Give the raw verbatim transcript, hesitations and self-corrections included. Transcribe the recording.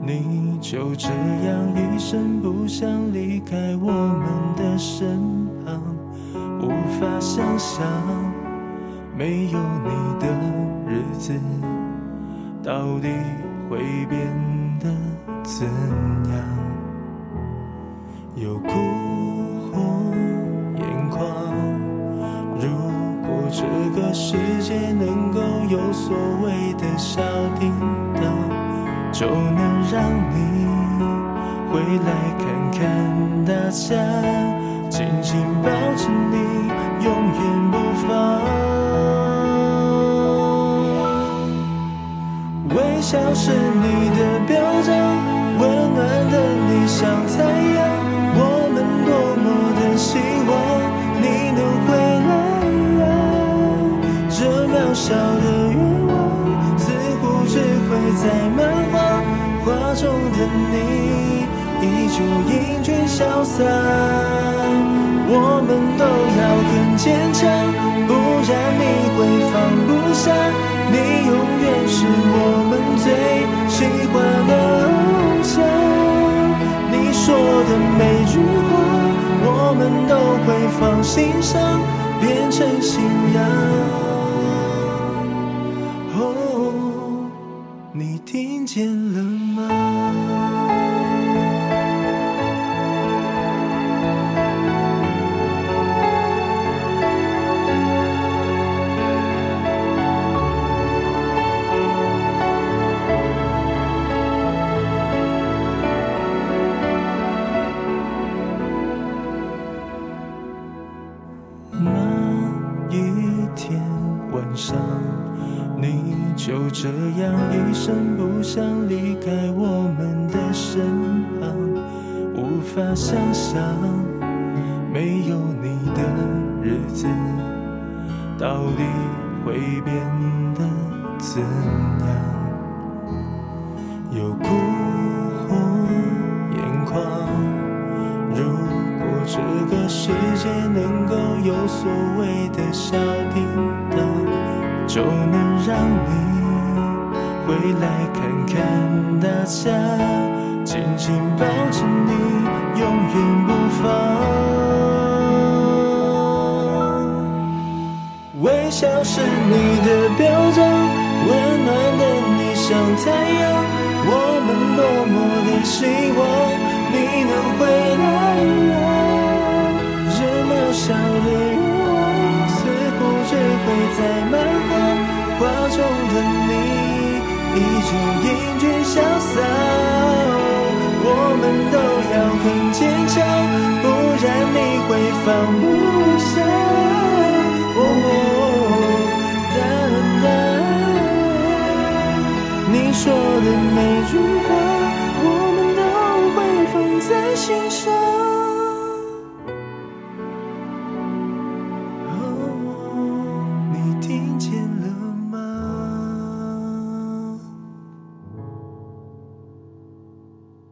你就这样一声不响离开我们的身旁，无法想象没有你的日子到底会变得怎样。有哭红眼眶，如果这个世界能够有所谓的小叮当，就能让你回来看看大家，紧紧抱着你永远不放。微笑是你的表彰，温暖的你像太阳，我们多么的希望你能回来啊！这渺小的愿望似乎只会在漫画画中的你依旧英俊潇洒。我们都要很坚强，不然你会放不下，你永远是我们最喜欢的偶像。你说的每句话我们都会放心上，变成信仰。哦，你听见了吗？那一天晚上，你就这样一声不响离开我们的身旁，无法想象没有你的日子到底会变得怎样。有哭红眼眶，如果这个世界能够有所谓的小叮当，就能让你回来看看大家，紧紧抱着你永远不放。微笑是你的表彰，温暖的你像太阳，我们多么的希望你能回来啊！这渺小的愿望似乎只会在漫画画中的你依旧英俊潇洒。我们都要很坚强，不然你会放